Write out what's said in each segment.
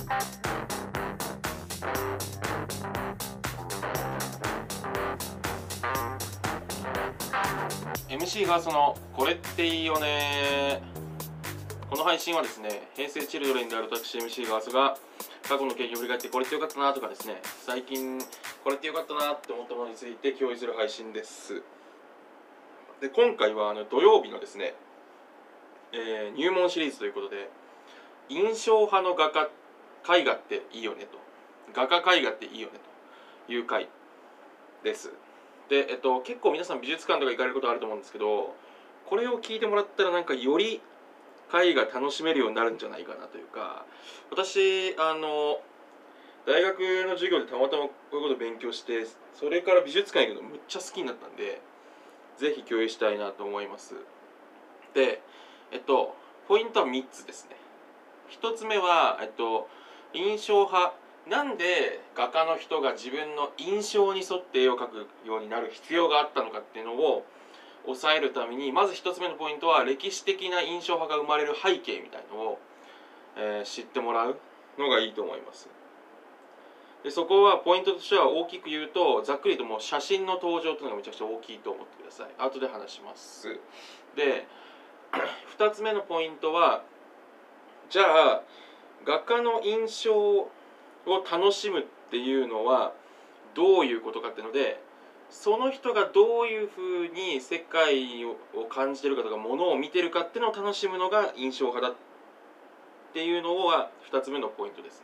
MC がこれっていいよね。この配信はですね、平成チルドレンである私 MC ガースが過去の経験を振り返ってこれってよかったなとかですね、最近これってよかったなって思ったものについて共有する配信です。で、今回は土曜日のですね、入門シリーズということで、印象派の絵画っていいよねと、画家絵画っていいよねという回です。で、結構皆さん美術館とか行かれることあると思うんですけど、これを聞いてもらったらなんかより絵画楽しめるようになるんじゃないかなというか、私大学の授業でたまたまこういうことを勉強して、それから美術館行くのむっちゃ好きになったんで、ぜひ共有したいなと思います。で、ポイントは3つですね。1つ目は、印象派。なんで画家の人が自分の印象に沿って絵を描くようになる必要があったのかっていうのを抑えるために、まず1つ目のポイントは歴史的な印象派が生まれる背景みたいのを、知ってもらうのがいいと思います。でそこはポイントとしては大きく言うと、ざっくりともう写真の登場というのがめちゃくちゃ大きいと思ってください。後で話します。で2つ目のポイントは、じゃあ画家の印象を楽しむっていうのはどういうことかっていうので、その人がどういうふうに世界を感じてるかとかものを見てるかっていうのを楽しむのが印象派だっていうのは2つ目のポイントですね。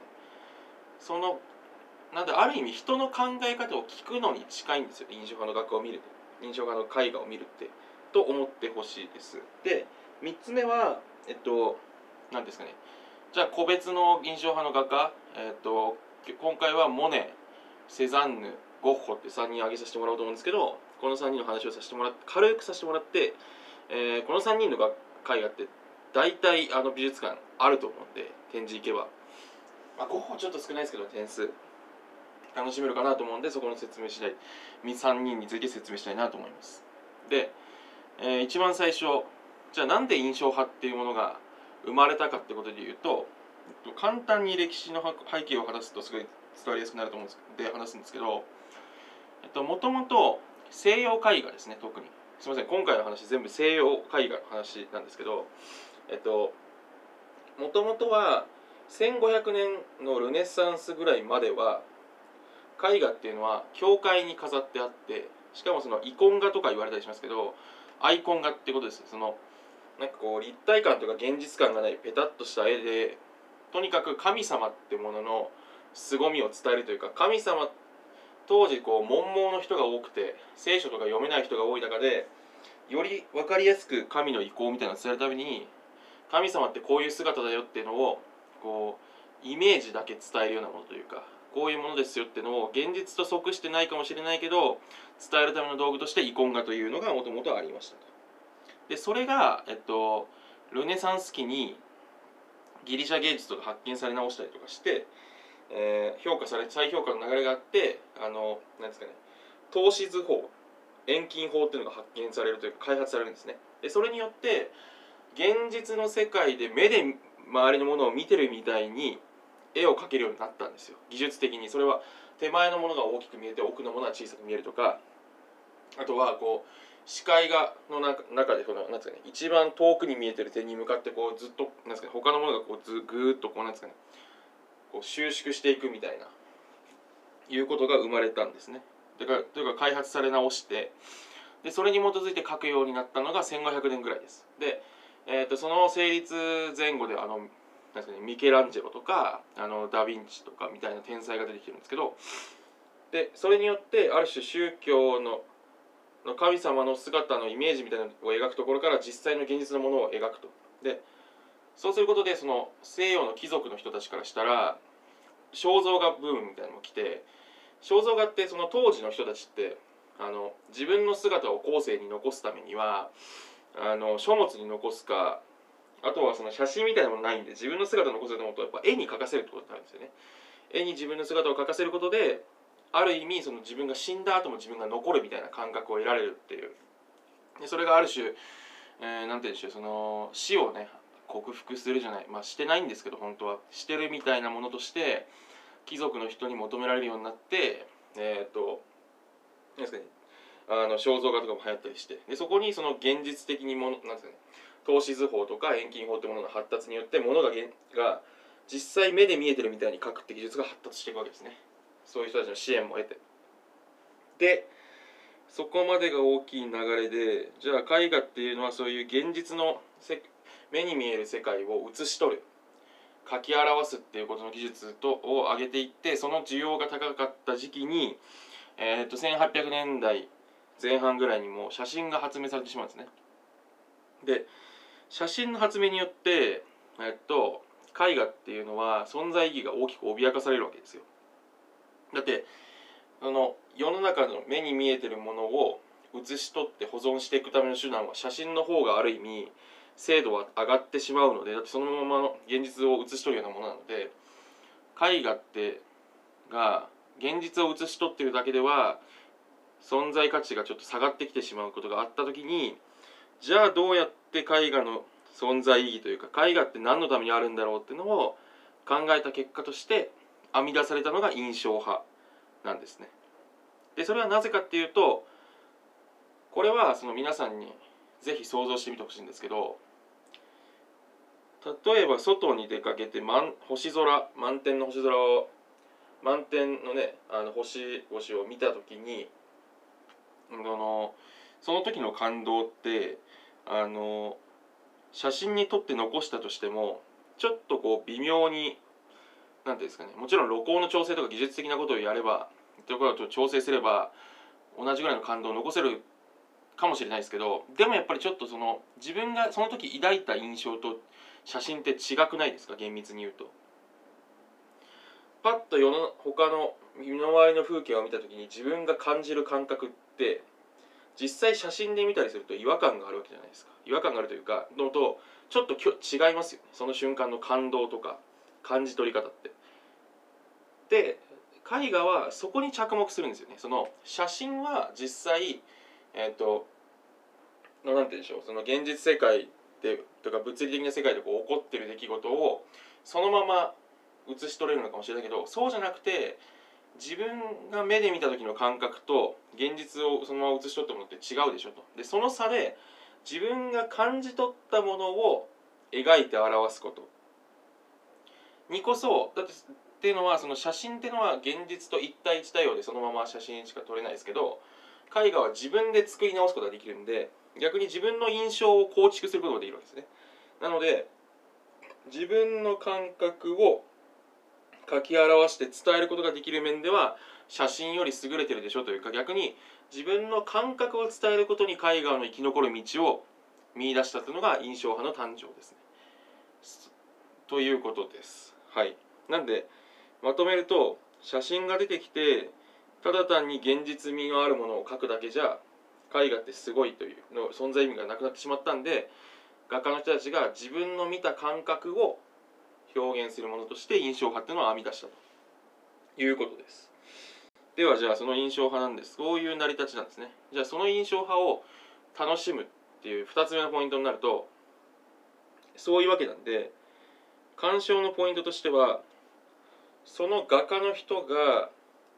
なんである意味人の考え方を聞くのに近いんですよ、印象派の画家を見る印象派の絵画を見るってと思ってほしいです。で3つ目は何ですかね、じゃあ個別の印象派の画家、今回はモネ、セザンヌ、ゴッホって3人挙げさせてもらおうと思うんですけど、この3人の話をさせてもらって軽くさせてもらって、この3人の絵画って大体美術館あると思うんで、展示行けば、ゴッホちょっと少ないですけど点数楽しめるかなと思うんで、そこの説明したい3人について説明したいなと思います。で、一番最初、じゃあなんで印象派っていうものが生まれたかってことで言うと、簡単に歴史の背景を話すとすごい伝わりやすくなると思うんで話すんですけど、もともと西洋絵画ですね。特にすみません、今回の話全部西洋絵画の話なんですけど、もともとは1500年のルネサンスぐらいまでは絵画っていうのは教会に飾ってあって、しかもそのイコン画とか言われたりしますけど、アイコン画ってことです。なんかこう立体感とか現実感がないペタッとした絵で、とにかく神様ってものの凄みを伝えるというか、神様、当時こう文盲の人が多くて聖書とか読めない人が多い中で、より分かりやすく神の意向みたいなのを伝えるために、神様ってこういう姿だよっていうのをこうイメージだけ伝えるようなものというか、こういうものですよっていうのを現実と即してないかもしれないけど伝えるための道具としてイコン画というのがもともとありましたと。でそれが、ルネサンス期にギリシャ芸術とか発見され直したりとかして、再評価の流れがあって、なんですかね、透視図法、遠近法っていうのが発見されるというか開発されるんですね。でそれによって現実の世界で目で周りのものを見てるみたいに絵を描けるようになったんですよ、技術的に。それは手前のものが大きく見えて奥のものは小さく見えるとか、あとはこう視界の中でなんですかね、一番遠くに見えてる点に向かってこうずっとなんですかね、他のものがこうぐーっとこうなんですかね、こう収縮していくみたいないうことが生まれたんですね。というか開発され直して、でそれに基づいて描くようになったのが1500年ぐらいです。で、その成立前後でなんですかね、ミケランジェロとかダ・ヴィンチとかみたいな天才が出てきてるんですけど、でそれによってある種宗教の神様の姿のイメージみたいなのを描くところから実際の現実のものを描くと。でそうすることでその西洋の貴族の人たちからしたら肖像画ブームみたいなのも来て、肖像画ってその当時の人たちって自分の姿を後世に残すためには書物に残すか、あとはその写真みたいなものないんで、自分の姿を残せると思うとやっぱ絵に描かせるってことになるんですよね。絵に自分の姿を描かせることで、ある意味その自分が死んだ後も自分が残るみたいな感覚を得られるっていう。でそれがある種、なんて言うんでしょう、その死をね克服するじゃない、してないんですけど本当はしてるみたいなものとして貴族の人に求められるようになって、なんですかね、肖像画とかも流行ったりして、でそこにその現実的になんですかね、透視図法とか遠近法ってものの発達によって物が実際目で見えてるみたいに描くって技術が発達していくわけですね。そういう人たちの支援も得て、でそこまでが大きい流れで、じゃあ絵画っていうのはそういう現実の目に見える世界を写し取る、描き表すっていうことの技術を上げていって、その需要が高かった時期に、1800年代前半ぐらいにも写真が発明されてしまうんですね。で写真の発明によって、絵画っていうのは存在意義が大きく脅かされるわけですよ。だって世の中の目に見えてるものを写し取って保存していくための手段は写真の方がある意味精度は上がってしまうので、だってそのままの現実を写し取るようなものなので、絵画が現実を写し取ってるだけでは存在価値がちょっと下がってきてしまうことがあった時に、じゃあどうやって絵画の存在意義というか絵画って何のためにあるんだろうっていうのを考えた結果として編み出されたのが印象派なんですね。でそれはなぜかっていうと、これはその皆さんにぜひ想像してみてほしいんですけど、例えば外に出かけて星空、満天の星空を満天のね星々を見た時にその時の感動って写真に撮って残したとしてもちょっとこう微妙になんていうんですかね、もちろん露光の調整とか技術的なことをやればところと調整すれば同じぐらいの感動を残せるかもしれないですけど、でもやっぱりちょっと自分がその時抱いた印象と写真って違くないですか、厳密に言うと。パッと他の身の回りの風景を見た時に自分が感じる感覚って実際写真で見たりすると違和感があるわけじゃないですか。違和感があるというかのとちょっと違いますよね、その瞬間の感動とか感じ取り方って。で絵画はそこに着目するんですよね。その写真は実際なんて言うんでしょう、その現実世界でとか物理的な世界でこう起こってる出来事をそのまま写し取れるのかもしれないけど、そうじゃなくて自分が目で見た時の感覚と現実をそのまま写し取ったものって違うでしょと。でその差で自分が感じ取ったものを描いて表すことにこそ、だっていうのはその写真っていうのは現実と一対一対応でそのまま写真しか撮れないですけど、絵画は自分で作り直すことができるんで、逆に自分の印象を構築することができるわけですね。なので自分の感覚を書き表して伝えることができる面では写真より優れてるでしょというか、逆に自分の感覚を伝えることに絵画の生き残る道を見出したというのが印象派の誕生ですね。ということです。はい。なんでまとめると、写真が出てきてただ単に現実味のあるものを描くだけじゃ絵画ってすごいというの存在意味がなくなってしまったんで、画家の人たちが自分の見た感覚を表現するものとして印象派っていうのを編み出したということです。ではじゃあその印象派なんです。そういう成り立ちなんですね。じゃあその印象派を楽しむっていう2つ目のポイントになると、そういうわけなんで、鑑賞のポイントとしてはその画家の人が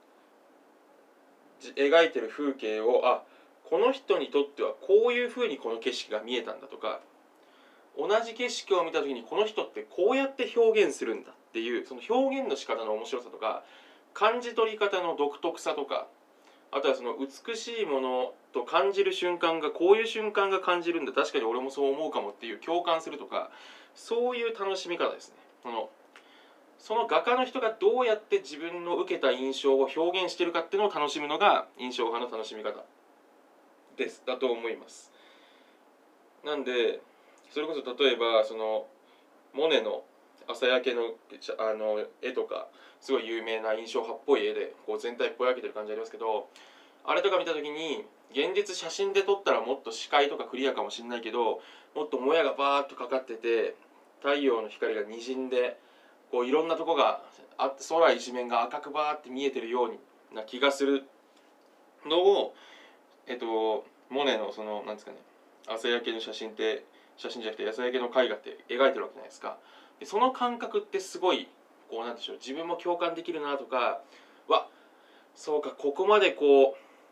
描いてる風景をこの人にとってはこういうふうにこの景色が見えたんだとか、同じ景色を見た時にこの人ってこうやって表現するんだっていうその表現の仕方の面白さとか感じ取り方の独特さとか、あとはその美しいものと感じる瞬間がこういう瞬間が感じるんだ、確かに俺もそう思うかもっていう共感するとか、そういう楽しみ方ですね。その画家の人がどうやって自分の受けた印象を表現しているかっていうのを楽しむのが印象派の楽しみ方だと思います。なんでそれこそ例えばそのモネの朝焼けの絵とかすごい有名な印象派っぽい絵でこう全体ぼやけてる感じありますけど、あれとか見た時に現実写真で撮ったらもっと視界とかクリアかもしれないけど、もっともやがバーッとかかってて太陽の光がにじんでこういろんなとこがあって空一面が赤くバーって見えてるような気がするのをモネのそのなんですかね、朝焼けの写真って写真じゃなくて野菜系の絵画って描いてるわけじゃないですか。でその感覚ってすごいこうなんでしょう、自分も共感できるなとか、そうか、ここまでこう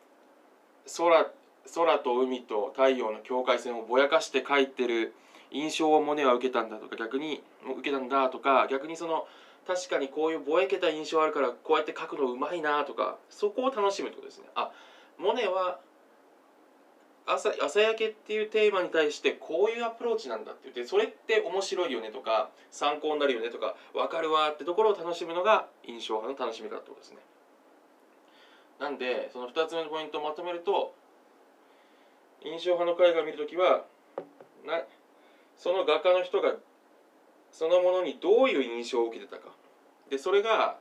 空と海と太陽の境界線をぼやかして描いてる印象をモネは受けたんだとか、逆に受けたんだとか、逆にその確かにこういうぼやけた印象あるからこうやって描くのうまいなとか、そこを楽しむってことですね。モネは朝焼けっていうテーマに対してこういうアプローチなんだって言って、それって面白いよねとか参考になるよねとか分かるわってところを楽しむのが印象派の楽しみ方ってことですね。なんでその2つ目のポイントをまとめると、印象派の絵画を見るときはその画家の人がそのものにどういう印象を受けてたかで、それが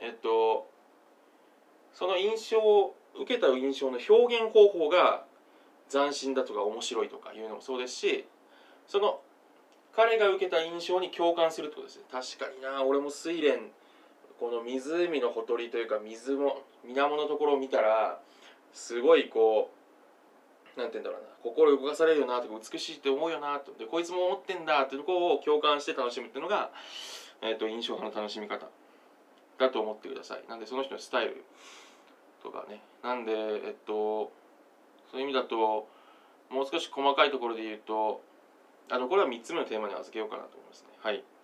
その受けた印象の表現方法が斬新だとか面白いとかいうのもそうですし、その彼が受けた印象に共感するってことですね。確かにな、俺も睡蓮この湖のほとりというか水の水面のところを見たらすごいこうなんて言うんだろうな、心動かされるよなとか美しいって思うよなと、でこいつも思ってんだっていうところを共感して楽しむっていうのが、印象派の楽しみ方だと思ってください。なんでその人のスタイルとかね、なんでそういう意味だともう少し細かいところで言うとこれは3つ目のテーマに預けようかなと思いますね。はい。